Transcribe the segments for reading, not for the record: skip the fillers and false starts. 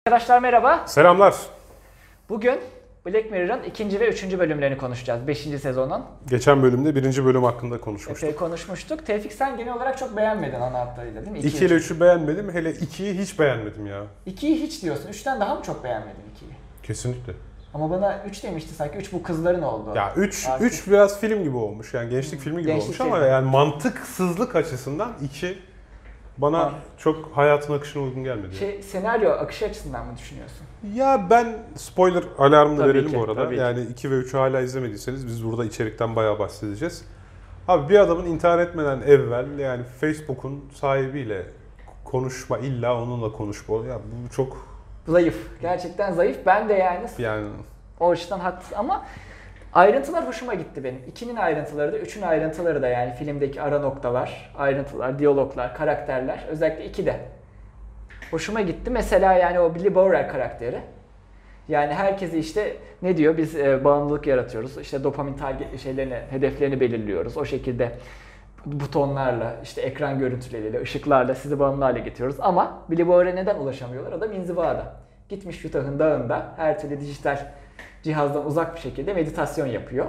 Arkadaşlar merhaba. Selamlar. Bugün Black Mirror'ın 2. ve 3. bölümlerini konuşacağız. 5. sezonun. Geçen bölümde 1. bölüm hakkında konuşmuştuk. Epey konuşmuştuk. Tevfik sen genel olarak çok beğenmedin ana hatlarıyla değil mi? 2 ile 3'ü beğenmedim. Hele 2'yi hiç beğenmedim ya. 2'yi hiç diyorsun. 3'ten daha mı çok beğenmedin 2'yi? Kesinlikle. Ama bana 3 demişti sanki. 3 bu kızların oldu. Ya 3 biraz film gibi olmuş. Yani gençlik filmi gibi Gençlik olmuş ama filmi. yani mantıksızlık açısından 2 bana çok hayatın akışına uygun gelmedi. Senaryo akışı açısından mı düşünüyorsun? Ya ben spoiler alarmını Tabii verelim ki, bu arada. tabii ki. Yani 2 ve 3'ü hala izlemediyseniz biz burada içerikten bayağı bahsedeceğiz. Abi bir adamın intihar etmeden evvel yani Facebook'un sahibiyle konuşma, illa onunla konuşma. Ya bu çok Zayıf. Gerçekten zayıf. Ben de yani o açıdan haklısın ama ayrıntılar hoşuma gitti benim. 2'nin ayrıntıları da 3'ün ayrıntıları da yani filmdeki ara noktalar, ayrıntılar, diyaloglar, karakterler özellikle 2'de hoşuma gitti. Mesela yani o Billy Bowyer karakteri. Yani herkesi işte ne diyor? Biz bağımlılık yaratıyoruz. İşte dopamin hedeflerini belirliyoruz. O şekilde butonlarla, işte ekran görüntüleriyle, ışıklarla sizi bağımlı hale getiriyoruz. Ama Billy Bowyer'e neden ulaşamıyorlar? Adam inzivada. Gitmiş Utah'ın dağında her türlü dijital cihazdan uzak bir şekilde meditasyon yapıyor.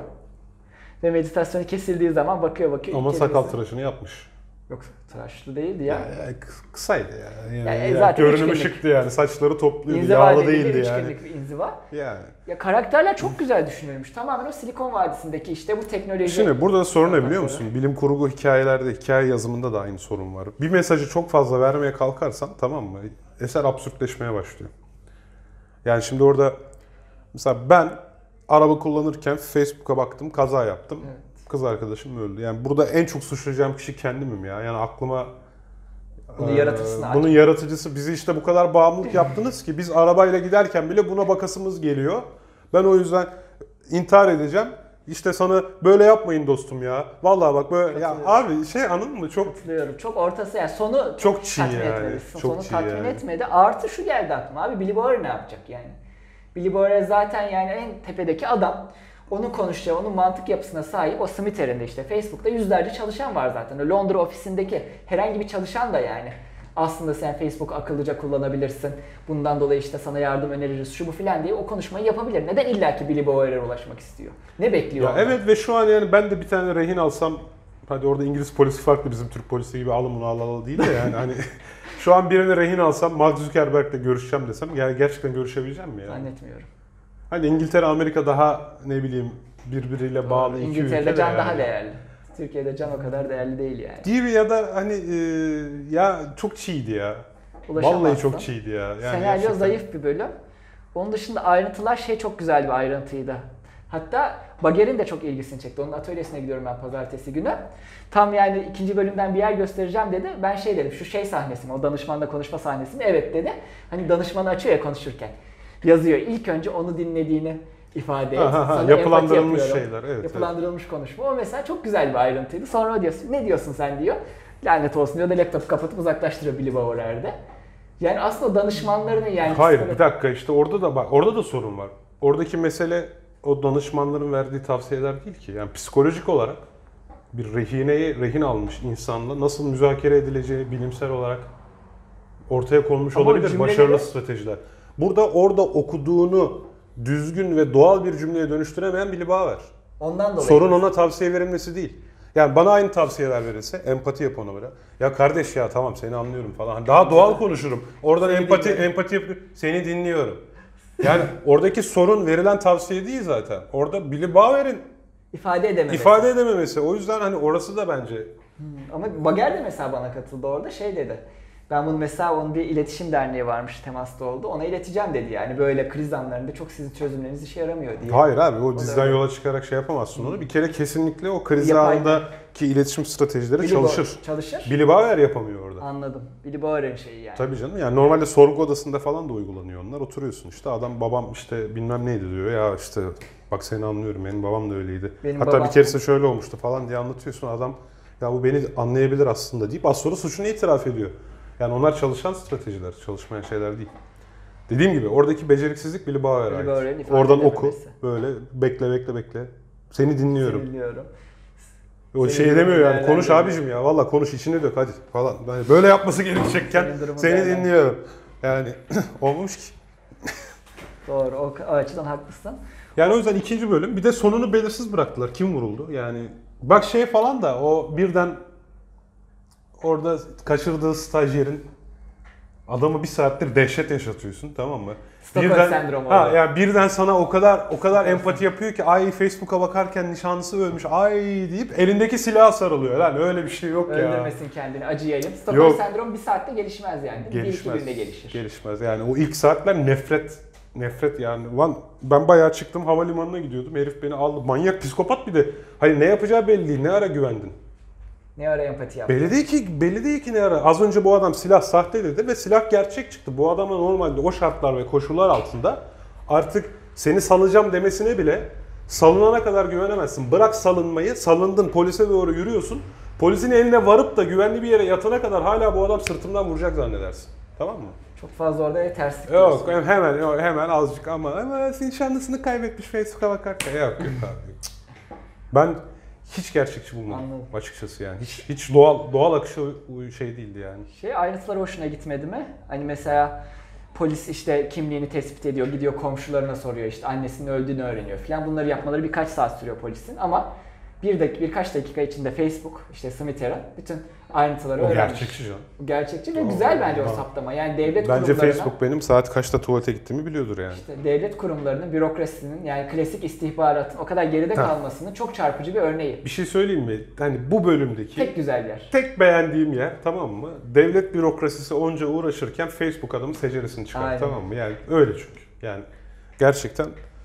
Ve meditasyonu kesildiği zaman bakıyor. ama sakal tıraşını yapmış. Yok tıraşlı değildi ya. Kısaydı ya. Yani zaten görünümü şıktı yani. Saçları topluydu. İnziva Yağlı dediğinde değildi yani. 3 günlük bir inziva. Yani. Ya karakterler çok güzel düşünülmüş. Tamamen o Silikon Vadisi'ndeki işte bu teknoloji. Şimdi burada da sorun ne biliyor musun? Bilim kurgu hikayelerde, hikaye yazımında da aynı sorun var. Bir mesajı çok fazla vermeye kalkarsan tamam mı? Eser absürtleşmeye başlıyor. Yani şimdi orada mesela ben araba kullanırken Facebook'a baktım, kaza yaptım. Evet. Kız arkadaşım öldü. Yani burada en çok suçlayacağım kişi kendimim ya. Yani aklıma Bunun yaratıcısını bunun yaratıcısı bizi işte bu kadar bağımlılık yaptınız ki biz arabayla giderken bile buna bakasımız geliyor. Ben o yüzden intihar edeceğim. İşte sana böyle yapmayın dostum ya. Vallahi bak böyle ya abi anladın mı? Çok katılıyorum. Çok ortası yani sonu çok çiğ tatmin yani. etmedi. Çok Sonu çiğ tatmin yani. etmedi. Artı şu geldi aklıma abi Billy Bowyer ne yapacak yani? Billy Bowyer zaten yani en tepedeki adam. Onun konuşacağı, onun mantık yapısına sahip o Smith'er'inde işte Facebook'ta yüzlerce çalışan var zaten. O Londra ofisindeki herhangi bir çalışan da yani. Aslında sen Facebook akıllıca kullanabilirsin. Bundan dolayı işte sana yardım öneririz şu bu filan diye o konuşmayı yapabilir. Neden illaki Billy Bowyer'e ulaşmak istiyor? Ne bekliyor Ya ondan? evet ve şu an yani ben de bir tane rehin alsam hadi orada İngiliz polisi farklı bizim Türk polisi gibi alın bunu al değil de yani hani şu an birini rehin alsam Mark Zuckerberg'le görüşeceğim desem yani gerçekten görüşebileceğim mi yani? Zannetmiyorum. Hani İngiltere, Amerika daha ne bileyim birbiriyle bağlı iki ülke. İngiltere'de can yani. daha değerli. Türkiye'de can o kadar değerli değil yani. Değil mi ya da hani ya çok çiğdi ya. Vallahi çok çiğdi ya. Yani Senaryo gerçekten. zayıf bir bölüm. Onun dışında ayrıntılar çok güzel bir ayrıntıydı. Hatta Bagger'in de çok ilgisini çekti. Onun atölyesine gidiyorum ben pazartesi günü. Tam yani 2. bölümden bir yer göstereceğim dedi. Ben dedim şu sahnesi mi? O danışmanla konuşma sahnesi mi? Evet dedi. Hani danışmanı açıyor ya konuşurken. Yazıyor. İlk önce onu dinlediğini ifade et. Sonra yapılandırılmış şeyler. Evet, yapılandırılmış konuşma. O mesela çok güzel bir ayrıntıydı. Sonra o diyor ne diyorsun sen diyor. Lanet olsun diyor da laptopu kapatıp uzaklaştırıyor Billy Bowyer'de. Yani aslında danışmanlarının yani... Hayır bir dakika işte orada da sorun var. Oradaki mesele o danışmanların verdiği tavsiyeler değil ki. Yani psikolojik olarak bir rehin almış insanla nasıl müzakere edileceği bilimsel olarak ortaya konmuş olabilir başarılı stratejiler. Orada okuduğunu düzgün ve doğal bir cümleye dönüştüremeyen Billy Bowyer. Ondan dolayı. Sorun ona tavsiye verilmesi değil. Yani bana aynı tavsiyeler verilse empati yap ona göre. Ya kardeş ya tamam seni anlıyorum falan. Daha doğal konuşurum. Oradan empati yapıp seni dinliyorum. Yani oradaki sorun verilen tavsiye değil zaten. Orada Billy Bowyer'in ifade edememesi. O yüzden hani orası da bence. Ama Bagger de mesela bana katıldı orada dedi. Ben bunu mesela onun bir iletişim derneği varmış temasta oldu. Ona ileteceğim dedi yani böyle kriz anlarında çok sizin çözümleriniz işe yaramıyor diye. Hayır abi o diziden yola çıkarak yapamazsın onu. Bir kere kesinlikle o kriz anındaki iletişim stratejileri çalışır. Billy Bowyer yapamıyor orada. Anladım. Billy Bowyer'in şeyi yani. Tabii canım yani normalde sorgu odasında falan da uygulanıyor onlar. Oturuyorsun işte adam babam işte bilmem neydi diyor ya işte bak seni anlıyorum benim babam da öyleydi. Hatta bir keresinde şöyle olmuştu falan diye anlatıyorsun adam ya bu beni anlayabilir aslında deyip az sonra suçunu itiraf ediyor. Yani onlar çalışan stratejiler, çalışmayan şeyler değil. Dediğim gibi oradaki beceriksizlik Billy Bowyer'a ait. Oradan oku, böyle bekle. Seni dinliyorum. O demiyor yani konuş abicim ya valla konuş içini dök hadi falan. Yani böyle yapması gerekecekken seni dinliyorum. Yani olmamış ki. Doğru. O açıdan haklısın. Yani o yüzden ikinci bölüm. Bir de sonunu belirsiz bıraktılar. Kim vuruldu? Yani bak şey falan da o birden orada kaçırdığı stajyerin adamı bir saattir dehşet yaşatıyorsun, tamam mı? Stockholm sendromu. Yani birden sana o kadar empati yapıyor ki ay Facebook'a bakarken nişanlısı ölmüş ay deyip elindeki silaha sarılıyor. Lan öyle bir şey yok ya. Öldürmesin kendini, acıyayım. Stockholm sendromu bir saatte gelişmez yani. Gelişmez. Bir iki günde gelişir. Gelişmez. Yani o ilk saatler nefret yani. Lan ben bayağı çıktım, havalimanına gidiyordum. Herif beni aldı. Manyak, psikopat bir de. Hani ne yapacağı belli değil. Ne ara güvendin? Ne ara empati yaptın? Belli değil ki ne ara. Az önce bu adam silah sahte dedi ve silah gerçek çıktı. Bu adama normalde o şartlar ve koşullar altında artık seni salacağım demesine bile salınana kadar güvenemezsin. Bırak salınmayı, salındın, polise doğru yürüyorsun. Polisin eline varıp da güvenli bir yere yatana kadar hala bu adam sırtımdan vuracak zannedersin. Tamam mı? Çok fazla orada terslik yok diyorsun. Hemen azıcık ama nişanlısını kaybetmiş Facebook'a bakarken. Yok abi. Ben hiç gerçekçi bulmadım. Anladım. Açıkçası yani. Hiç doğal akışı şey değildi yani. Ayrıntıları hoşuna gitmedi mi? Hani mesela polis işte kimliğini tespit ediyor, gidiyor komşularına soruyor, işte annesinin öldüğünü öğreniyor falan. Bunları yapmaları birkaç saat sürüyor polisin ama birkaç dakika içinde Facebook, işte Smithera bütün ayrıntıları öğrenmiş. Gerçekçi canım. Gerçekçi ve güzel bence o saptama. Yani devlet bence Facebook benim saat kaçta tuvalete gittiğimi biliyordur yani. İşte devlet kurumlarının, bürokrasinin yani klasik istihbaratın o kadar geride kalmasının çok çarpıcı bir örneği. Bir şey söyleyeyim mi? Hani bu bölümdeki tek güzel yer. Tek beğendiğim yer, tamam mı? Devlet bürokrasisi onca uğraşırken Facebook adamı seceresini çıkar. Aynen. Tamam mı? Yani öyle çünkü. Yani gerçekten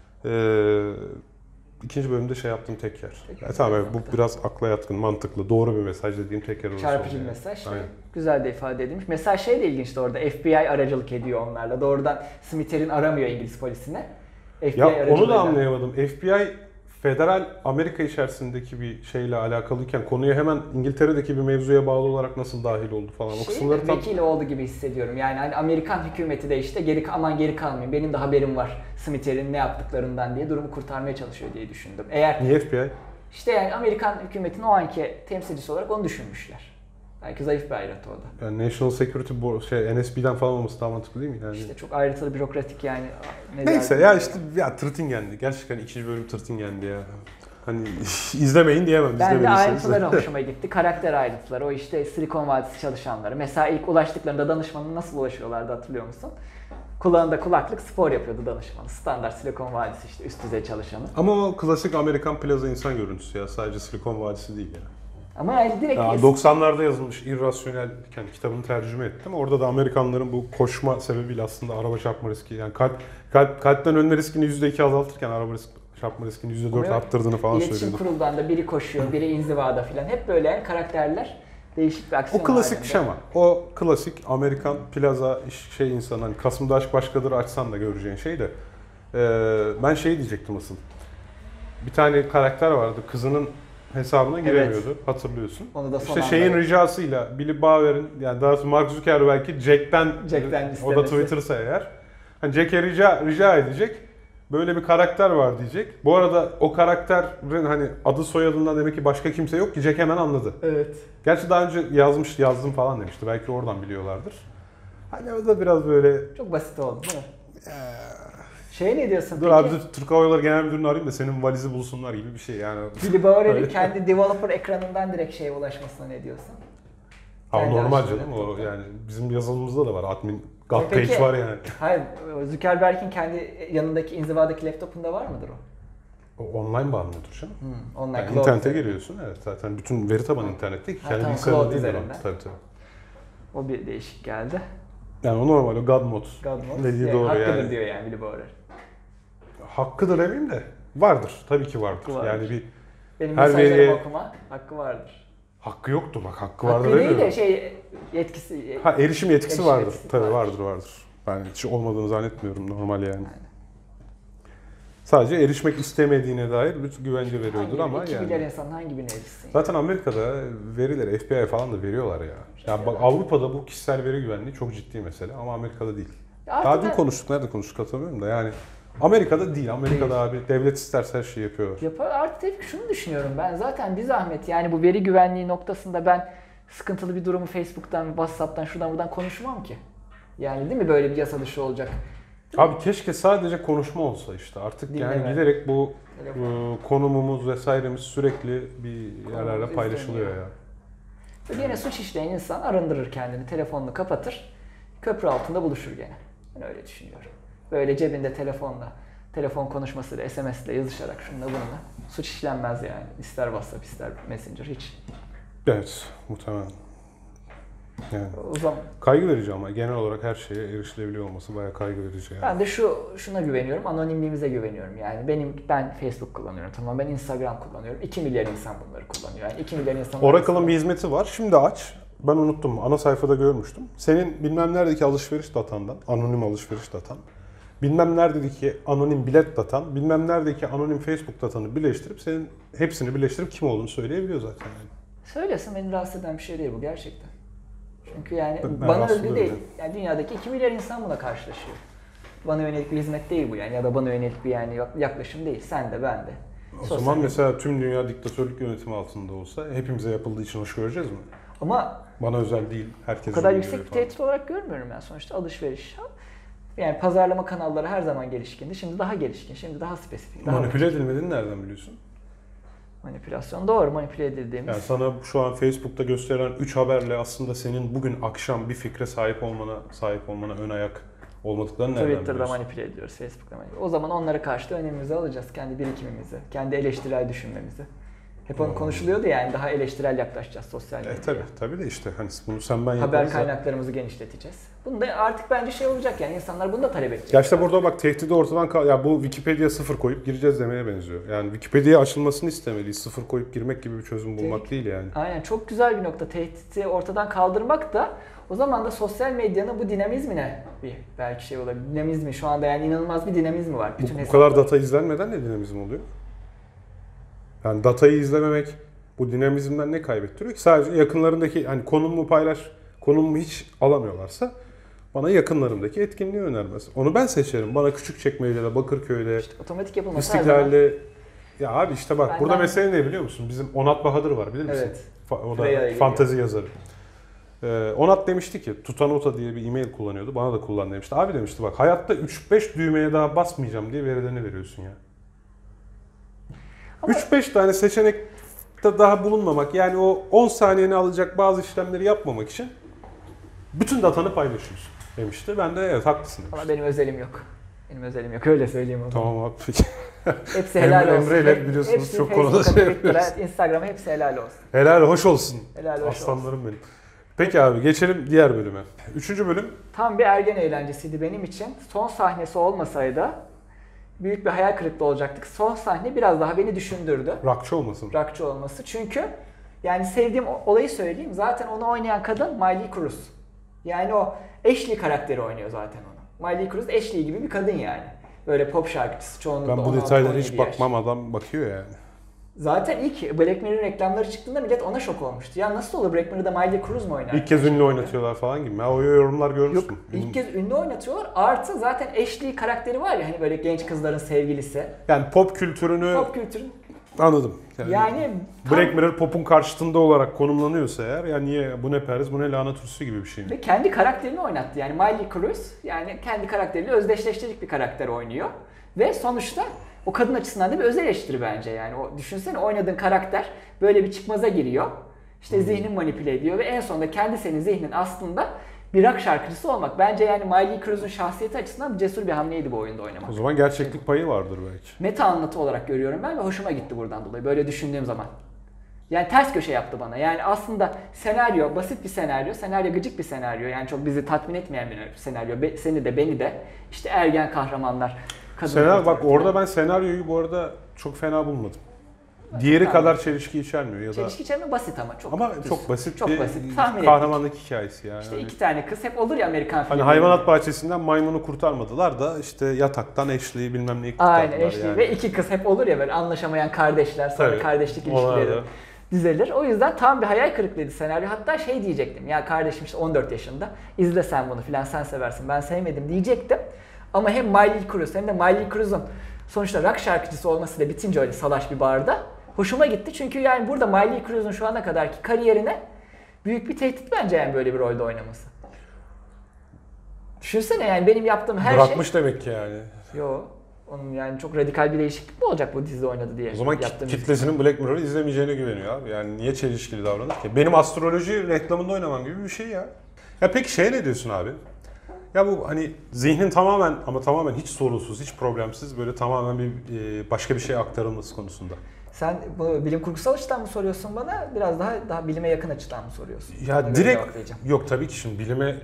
İkinci bölümde şey yaptığım tek yer. Tamam, bu biraz akla yatkın, mantıklı, doğru bir mesaj dediğim tek yer orası. Çarpıcı bir mesaj. Güzel de ifade edilmiş. Mesela şey de ilginçti orada. FBI aracılık ediyor onlarla. Doğrudan Smith'in aramıyor İngiliz polisine. FBI ya onu da anlayamadım. FBI federal Amerika içerisindeki bir şeyle alakalıyken konuya hemen İngiltere'deki bir mevzuya bağlı olarak nasıl dahil oldu falan. O kısımları vekil oldu gibi hissediyorum. Yani hani Amerikan hükümeti de işte geri kalmayın. Benim de haberim var Smith'in ne yaptıklarından diye durumu kurtarmaya çalışıyor diye düşündüm. Niye FBI? İşte yani Amerikan hükümetinin o anki temsilcisi olarak onu düşünmüşler. Belki zayıf bir ayrıntı o da. Yani National Security NSB'den falan olması daha mantıklı değil mi? Yani İşte çok ayrıntılı bürokratik yani. Neyse ya işte Tırtingendi. Gerçekten ikinci bölüm Tırtingendi ya. Hani izlemeyin diyemem. Ben de ayrıntıları hoşuma gitti. Karakter ayrıntıları. O işte Silikon Vadisi çalışanları. Mesela ilk ulaştıklarında danışmanın nasıl ulaşıyorlardı hatırlıyor musun? Kulağında kulaklık, spor yapıyordu danışmanı. Standart Silikon Vadisi işte üst düzey çalışanı. Ama o klasik Amerikan plaza insan görüntüsü ya. Sadece Silikon Vadisi değil yani. Ama yani direkt... 90'larda yazılmış irrasyonel kitabını tercüme ettim. Orada da Amerikanların bu koşma sebebiyle aslında araba çarpma riski, yani kalpten ölme riskini %2 azaltırken araba çarpma riskini %4 arttırdığını falan söylüyordu. İletişim kuruldan da biri koşuyor, biri inzivada falan. Hep böyle karakterler değişik bir aksiyon. O klasik şema. O klasik Amerikan plaza insanı. Hani Kasım'da Aşk Başkadır açsan da göreceğin şey de. Ben şey diyecektim asıl. Bir tane karakter vardı. Kızının hesabına giremiyordu. Evet. Hatırlıyorsun. Onu da işte şeyin ricasıyla Billy Bauer'in, yani daha sonra Mark Zuckerberg'in Jack'ten o da Twitter'sa eğer. Hani Jack'e rica edecek. Böyle bir karakter var diyecek. Bu arada o karakterin hani adı soyadından demek ki başka kimse yok ki Jack hemen anladı. Evet. Gerçi daha önce yazdım falan demişti. Belki oradan biliyorlardır. Hani o da biraz böyle... Çok basit oldu değil mi? Ne diyorsun Dur peki? Abi Türk Hava Yolları Genel Müdürünü arayayım da senin valizi bulsunlar gibi bir şey yani. Billy Bauer'in kendi developer ekranından direkt şeye ulaşmasına ne diyorsun? Normal canım o yani bizim yazılımımızda da var admin God page var yani. Hayır, Zuckerberg'in kendi yanındaki inzivadaki laptopunda var mıdır o? O online bağlanıyordur canım. Online yani internete giriyorsun, evet zaten bütün veri tabanı internette. Kendi bilgisayarında değil de tabii. O bir değişik geldi. Yani o normal, o God mode. Dediği doğru hakkıdır diyor yani Billy Bauer. Hakkıdır demeyeyim de vardır. Tabii ki vardır. Yani bir benim mesajlarımı okuma hakkı vardır. Hakkı yoktu bak, hakkı vardır demiyorum. Hakkı değil de yetkisi. Erişim yetkisi vardır. Tabii vardır. Ben hiç olmadığını zannetmiyorum normal yani. Sadece erişmek istemediğine dair bir güvence veriyordur ama 2 milyar insanın hangi birine erişsin? Zaten Amerika'da verileri FBI falan da veriyorlar ya. Ya bak Avrupa'da bu kişisel veri güvenliği çok ciddi mesele ama Amerika'da değil. Daha dün konuştuk, nerede konuştuk hatırlamıyorum da yani. Amerika'da değil. Amerika'da abi devlet isterse her şeyi yapıyorlar. Artık hep şunu düşünüyorum ben. Zaten bir zahmet yani bu veri güvenliği noktasında ben sıkıntılı bir durumu Facebook'tan, WhatsApp'tan, şuradan buradan konuşmam ki. Yani değil mi böyle bir yasa dışı olacak? Abi keşke sadece konuşma olsa işte. Artık yani giderek bu konumumuz vesairemiz sürekli bir yerlerle paylaşılıyor ya. Yine suç işleyen insan arındırır kendini, telefonunu kapatır, köprü altında buluşur gene. Ben öyle düşünüyorum. Böyle cebinde telefonla, telefon konuşmasıyla, SMS'le yazışarak şununla bununla suç işlenmez yani. İster WhatsApp, ister Messenger hiç. Evet, muhtemelen. Yani o zaman kaygı verici ama genel olarak her şeye erişilebiliyor olması bayağı kaygı verici yani. Ben de şuna güveniyorum, anonimliğimize güveniyorum yani. Ben Facebook kullanıyorum, tamam, ben Instagram kullanıyorum. 2 milyar insan bunları kullanıyor. Yani 2 milyar insan. Oracle'ın bir hizmeti var. Şimdi aç. Ben unuttum. Ana sayfada görmüştüm. Senin bilmem neredeki alışveriş datandan, anonim alışveriş datan, bilmem neredeki anonim bilet datan, bilmem neredeki anonim Facebook datanı birleştirip senin hepsini birleştirip kim olduğunu söyleyebiliyor zaten yani. Söylesin, beni rahatsız eden bir şey değil bu gerçekten. Çünkü yani bana özgü değil. Yani dünyadaki 2 milyar insan buna karşılaşıyor. Bana yönelik bir hizmet değil bu yani, ya da bana yönelik bir yani yaklaşım değil. Sen de ben de. O zaman mesela tüm dünya diktatörlük yönetimi altında olsa hepimize yapıldığı için hoş göreceğiz mi? Ama bana özel değil, herkes. O kadar yüksek bir tehdit olarak görmüyorum ben sonuçta alışveriş. Yani pazarlama kanalları her zaman gelişkindi. Şimdi daha gelişkin, şimdi daha spesifik. Manipüle edilmediğini nereden biliyorsun? Manipülasyon doğru, manipüle edildiğimiz. Yani sana şu an Facebook'ta gösterilen 3 haberle aslında senin bugün akşam bir fikre sahip olmana ön ayak olmadıklarını nereden biliyorsun? Twitter'da manipüle ediyoruz, Facebook'ta manipüle ediyoruz. O zaman onlara karşı da önlemimizi alacağız. Kendi birikimimizi, kendi eleştirel düşünmemizi. Hep onu konuşuluyordu yani, daha eleştirel yaklaşacağız sosyal medyaya. Tabii de işte hani bunu sen ben haber kaynaklarımızı genişleteceğiz. Bunu da artık bence şey olacak yani, insanlar bunu da talep edecek. Ya işte burada bak tehdidi ortadan ya bu Wikipedia 0 koyup gireceğiz demeye benziyor. Yani Wikipedia açılmasını istemeliyiz. 0 koyup girmek gibi bir çözüm bulmak değil yani. Aynen, çok güzel bir nokta. Tehdidi ortadan kaldırmak da o zaman da sosyal medyanın bu dinamizmine bir belki şey olabilir. Dinamizmi şu anda yani inanılmaz bir dinamizmi var. Bu kadar data izlenmeden ne dinamizm oluyor? Yani datayı izlememek bu dinamizmden ne kaybettiriyor ki? Sadece yakınlarındaki hani konumumu hiç alamıyorlarsa bana yakınlarımdaki etkinliği önermez. Onu ben seçerim. Bana Küçükçekmece'de, Bakırköy'de, işte otomatik yapılması İstiklal'de. Ya abi işte bak burada mesele ne biliyor musun? Bizim Onat Bahadır var, bilir misin? Evet. O da fantezi yazarı. Onat demişti ki Tutanota diye bir e-mail kullanıyordu. Bana da kullan demişti. Abi demişti bak hayatta 3-5 düğmeye daha basmayacağım diye verilerini veriyorsun ya. 3-5 tane seçenekte daha bulunmamak, yani o 10 saniyeni alacak bazı işlemleri yapmamak için bütün datanı paylaşıyorsun demişti. Ben de evet haklısın demiştim. Ama benim özelim yok. Benim özelim yok, öyle söyleyeyim o zaman. Tamam abi peki. Hepsi helal olsun. Emre ile biliyorsunuz hepsi çok konuda şey yapıyoruz. Instagram'a hepsi helal olsun. Helal hoş olsun. Helal hoş Aslanlarım olsun. benim. Peki abi geçelim diğer bölüme. 3. bölüm. Tam bir ergen eğlencesiydi benim için. Son sahnesi olmasaydı büyük bir hayal kırıklığı olacaktık. Son sahne biraz daha beni düşündürdü. Rockçı olmasın? Rockçı olması. Çünkü yani sevdiğim olayı söyleyeyim. Zaten onu oynayan kadın Miley Cyrus. Yani o Ashley karakteri oynuyor zaten onu. Miley Cyrus Ashley gibi bir kadın yani. Böyle pop şarkıcısı çoğunlukla. Ben bu detaylara hiç bakmam, adam bakıyor yani. Zaten ilk Black Mirror reklamları çıktığında millet ona şok olmuştu. Ya nasıl olur, Black Mirror'da Miley Cyrus mu oynar? İlk kez ünlü oynatıyorlar falan gibi. Ben o yorumlar görmüştüm. Yok, ilk kez ünlü oynatıyorlar. Artı zaten Ashley karakteri var ya hani, böyle genç kızların sevgilisi. Yani pop kültürünü... Anladım. Yani Black Mirror pop'un karşıtında olarak konumlanıyorsa eğer, yani niye bu ne Paris bu ne lanet Hırsı gibi bir şey mi? Ve kendi karakterini oynattı. Yani Miley Cyrus yani kendi karakteriyle özdeşleştirecek bir karakter oynuyor. Ve sonuçta o kadın açısından da bir öz eleştiri bence yani. O düşünsene, oynadığın karakter böyle bir çıkmaza giriyor. İşte zihnin manipüle ediyor ve en sonunda kendi senin zihnin aslında bir rock şarkıcısı olmak. Bence yani Miley Cyrus'un şahsiyeti açısından cesur bir hamleydi bu oyunda oynamak. O zaman gerçeklik payı vardır belki. Meta anlatı olarak görüyorum ben ve hoşuma gitti buradan dolayı böyle düşündüğüm zaman. Yani ters köşe yaptı bana. Yani aslında senaryo basit bir senaryo, senaryo gıcık bir senaryo. Yani çok bizi tatmin etmeyen bir senaryo. Seni de beni de işte ergen kahramanlar. Bak orada ben senaryoyu bu arada çok fena bulmadım. Diğeri kadar çelişki içermiyor ya da. Çelişki içermiyor, basit ama çok. Ama çok basit çok bir basit. kahramanlık hikayesi yani. İşte iki tane kız hep olur ya Amerikan filmlerinde. Hani hayvanat bahçesinden maymunu kurtarmadılar da işte yataktan Ashley'i bilmem neyi kurtardılar. Aynen, Ashley yani. Ve iki kız hep olur ya böyle anlaşamayan kardeşler, sonra tabii, kardeşlik ilişkileri dizelir. O yüzden tam bir hayal kırıklığıydı senaryo. Hatta şey diyecektim, ya kardeşim işte 14 yaşında izle sen bunu filan, sen seversin, ben sevmedim diyecektim. Ama hem Miley Cyrus hem de Miley Cyrus'un sonuçta rock şarkıcısı olmasıyla bitince öyle salaş bir barda hoşuma gitti. Çünkü yani burada Miley Cyrus'un şu ana kadarki kariyerine büyük bir tehdit bence yani böyle bir rolde oynaması. Düşünsene yani benim yaptığım her Bırakmış demek ki yani. Yo. Onun yani çok radikal bir değişiklik mi olacak bu dizide oynadı diye. O zaman kitlesinin Black Mirror'ı izlemeyeceğine güveniyor abi. Yani niye çelişkili davranır ki? Benim astroloji reklamında oynamam gibi bir şey ya. Ya peki ne diyorsun abi? Ya bu hani zihnin tamamen hiç sorunsuz, hiç problemsiz böyle tamamen bir başka bir şeye aktarılması konusunda. Sen bu bilim kurgusal açıdan mı soruyorsun bana? Biraz daha bilime yakın açıdan mı soruyorsun? Ya direkt yok tabii ki şimdi bilime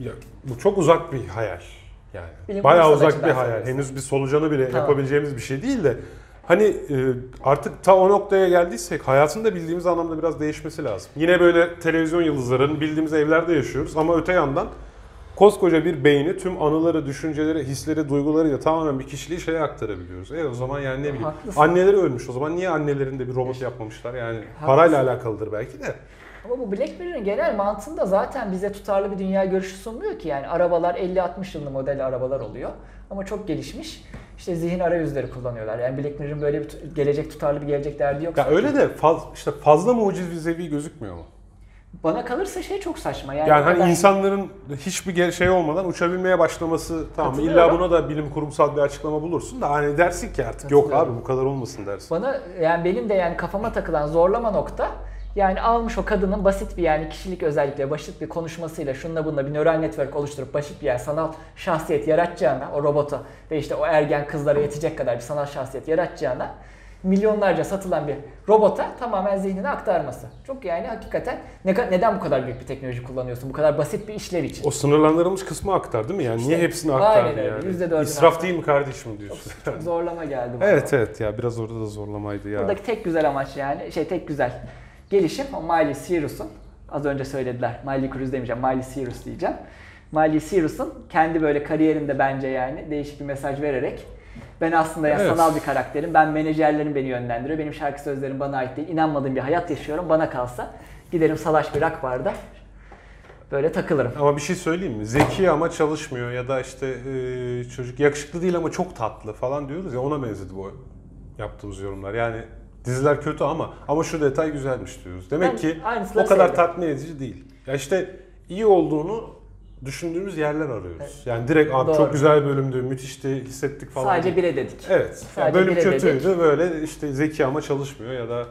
bu çok uzak bir hayal. Yani bilim bayağı uzak bir hayal. Henüz bir solucanı bile yapabileceğimiz bir şey değil de hani artık ta o noktaya geldiysek hayatın da bildiğimiz anlamda biraz değişmesi lazım. Yine böyle televizyon yıldızlarının bildiğimiz evlerde yaşıyoruz ama öte yandan koskoca bir beyni tüm anıları, düşünceleri, hisleri, duygularıyla tamamen bir kişiliği şeye aktarabiliyoruz. O zaman yani ne bileyim Haklısın. anneleri ölmüş o zaman niye annelerinde bir robot yapmamışlar yani parayla alakalıdır belki de. Ama bu Black Mirror'ın genel mantığında zaten bize tutarlı bir dünya görüşü sunmuyor ki yani arabalar 50-60 yılında model arabalar oluyor ama çok gelişmiş. İşte zihin arayüzleri kullanıyorlar. Yani Black Mirror'ın böyle bir gelecek tutarlı bir gelecek derdi yok. Ya öyle de fazla mucizevi gözükmüyor mu? Bana kalırsa çok saçma. Yani hani insanların hiçbir şey olmadan uçabilmeye başlaması tamam illa buna da bilim kurumsal bir açıklama bulursun da hani dersin ki artık yok abi bu kadar olmasın dersin. Bana yani benim de yani kafama takılan zorlama nokta yani almış o kadının basit bir yani kişilik özellikle basit bir konuşmasıyla şununla bununla bir nöral network oluşturup basit bir yani sanal şahsiyet yaratacağına o robota ve işte o ergen kızlara yetecek kadar bir sanal şahsiyet yaratacağına milyonlarca satılan bir robota tamamen zihnine aktarması. Çok yani hakikaten neden bu kadar büyük bir teknoloji kullanıyorsun? Bu kadar basit bir işlev için. O sınırlandırılmış kısmı aktar değil mi? Yani niye hepsini aktar yani? İsraf değil mi kardeşim diyorsun. Çok zorlama geldi bana. Evet ya biraz orada da zorlamaydı ya. Buradaki tek güzel amaç yani tek güzel gelişim o Miley Cyrus'un az önce söylediler. Miley Cyrus demeyeceğim. Miley Cyrus diyeceğim. Miley Cyrus'un kendi böyle kariyerinde bence yani değişik bir mesaj vererek ben aslında sanal bir karakterim. Ben menajerlerim beni yönlendiriyor. Benim şarkı sözlerim bana ait değil. İnanmadığım bir hayat yaşıyorum. Bana kalsa giderim salaş bir rock barda böyle takılırım. Ama bir şey söyleyeyim mi? Zeki ama çalışmıyor ya da işte çocuk yakışıklı değil ama çok tatlı falan diyoruz ya ona benzedi bu yaptığımız yorumlar. Yani diziler kötü ama şu detay güzelmiş diyoruz. Demek ki o kadar tatmin edici değil. Ya işte iyi olduğunu düşündüğümüz yerler arıyoruz. Evet. Yani direkt abi çok güzel bölümdü, müthişti, hissettik falan. Sadece bire dedik. Evet. Yani bölüm kötüydü dedik. Böyle işte zeki ama çalışmıyor ya da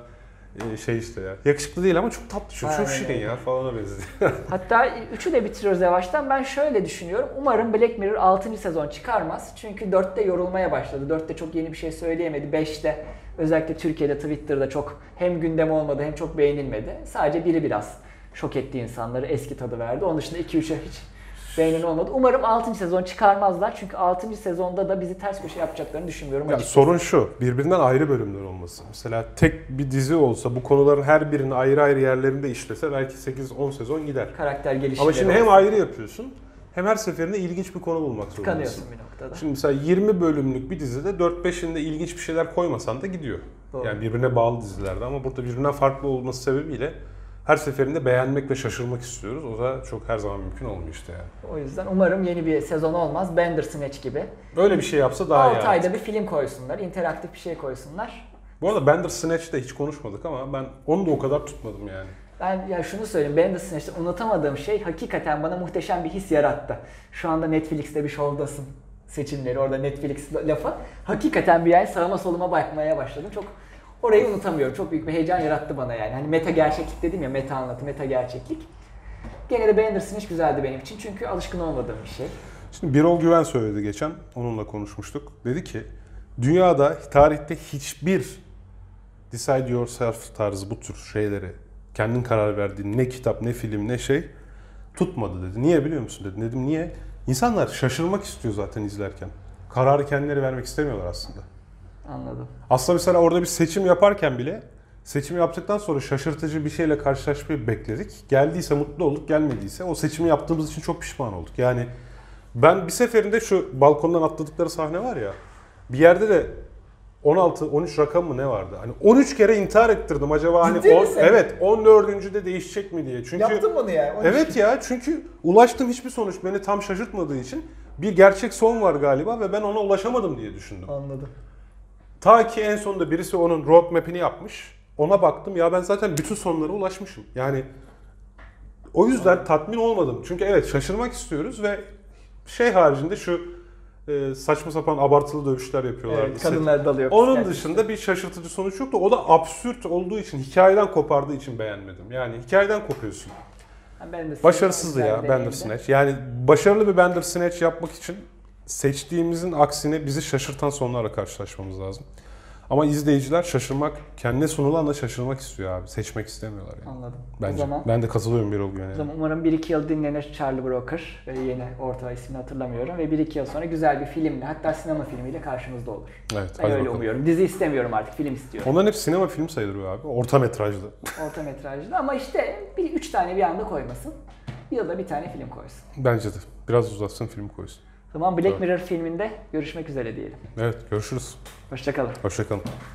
işte ya. Yakışıklı değil ama çok tatlı, çok şirin ya falana benziyor. Hatta 3'ü de bitiriyoruz yavaştan. Ben şöyle düşünüyorum. Umarım Black Mirror 6. sezon çıkarmaz. Çünkü 4'te yorulmaya başladı. 4'te çok yeni bir şey söyleyemedi. 5'te özellikle Türkiye'de Twitter'da çok hem gündem olmadı hem çok beğenilmedi. Sadece biri biraz şok etti insanları. Eski tadı verdi. Onun dışında 2-3'e hiç beğenen olmadı. Umarım 6. sezon çıkarmazlar. Çünkü 6. sezonda da bizi ters köşe yapacaklarını düşünmüyorum. Ya sorun şu, birbirinden ayrı bölümler olması. Mesela tek bir dizi olsa bu konuların her birini ayrı ayrı yerlerinde işlese belki 8-10 sezon gider. Karakter gelişimleri. Ama şimdi hem ayrı yapıyorsun hem her seferinde ilginç bir konu bulmak zorundasın. Tıkanıyorsun bir noktada. Şimdi mesela 20 bölümlük bir dizide 4-5'inde ilginç bir şeyler koymasan da gidiyor. Doğru. Yani birbirine bağlı dizilerde ama burada birbirinden farklı olması sebebiyle her seferinde beğenmek ve şaşırmak istiyoruz. O da çok her zaman mümkün olmuyor işte yani. O yüzden umarım yeni bir sezon olmaz. Bandersnatch gibi. Öyle bir şey yapsa daha iyi. 6 ayda bir film koysunlar, interaktif bir şey koysunlar. Bu arada Bandersnatch'te hiç konuşmadık ama ben onu da o kadar tutmadım yani. Ben ya şunu söyleyeyim, Bandersnatch'te unutamadığım şey hakikaten bana muhteşem bir his yarattı. Şu anda Netflix'te bir şovdasın seçimleri, orada Netflix lafı. Hakikaten bir yani sağıma soluma bakmaya başladım. Çok orayı unutamıyorum. Çok büyük bir heyecan yarattı bana yani. Hani meta gerçeklik dedim ya, meta anlatı, meta gerçeklik. Gene de Bandersnatch güzeldi benim için çünkü alışkın olmadığım bir şey. Şimdi Birol Güven söyledi geçen, onunla konuşmuştuk. Dedi ki, dünyada, tarihte hiçbir decide yourself tarzı bu tür şeyleri, kendin karar verdiğin ne kitap, ne film, ne şey tutmadı dedi. Niye biliyor musun dedi. Dedim niye? İnsanlar şaşırmak istiyor zaten izlerken. Kararı kendileri vermek istemiyorlar aslında. Anladım. Aslında mesela orada bir seçim yaparken bile seçimi yaptıktan sonra şaşırtıcı bir şeyle karşılaşmayı bekledik. Geldiyse mutlu olduk, gelmediyse o seçimi yaptığımız için çok pişman olduk. Yani ben bir seferinde şu balkondan atladıkları sahne var ya, bir yerde de 16-13 rakam mı ne vardı? Hani 13 kere intihar ettirdim acaba hani evet 14. değişecek mi diye. Çünkü yaptın bunu yani. Evet ya, çünkü ulaştığım hiçbir sonuç beni tam şaşırtmadığı için bir gerçek son var galiba ve ben ona ulaşamadım diye düşündüm. Anladım. Ta ki en sonunda birisi onun roadmap'ini yapmış. Ona baktım ya ben zaten bütün sonlara ulaşmışım. Yani o yüzden tatmin olmadım. Çünkü evet şaşırmak istiyoruz ve Şey haricinde şu saçma sapan abartılı dövüşler yapıyorlar. Evet, kadınlar dalıyor. Onun dışında bir şaşırtıcı sonuç yoktu. O da absürt olduğu için, hikayeden kopardığı için beğenmedim. Yani hikayeden kopuyorsun. Başarısızdı ya Bandersnatch. Yani başarılı bir Bandersnatch yapmak için seçtiğimizin aksine bizi şaşırtan sonlarla karşılaşmamız lazım. Ama izleyiciler kendine sunulanla şaşırmak istiyor abi. Seçmek istemiyorlar yani. Anladım. Bence. O zaman, ben de katılıyorum bir oluyor yani. O zaman umarım 1-2 yıl dinlenir Charlie Brooker. Yeni orta ismini hatırlamıyorum. Ve 1-2 yıl sonra güzel bir filmle, hatta sinema filmiyle karşımızda olur. Evet, ben öyle bakalım. Umuyorum. Dizi istemiyorum artık, film istiyorum. Onların hep sinema film sayılır abi. Orta metrajlı. Orta metrajlı ama işte 3 tane bir anda koymasın. Yılda bir tane film koysun. Bence de. Biraz uzatsın, film koysun. O zaman Black Mirror filminde görüşmek üzere diyelim. Evet, görüşürüz. Hoşça kalın. Hoşça kalın.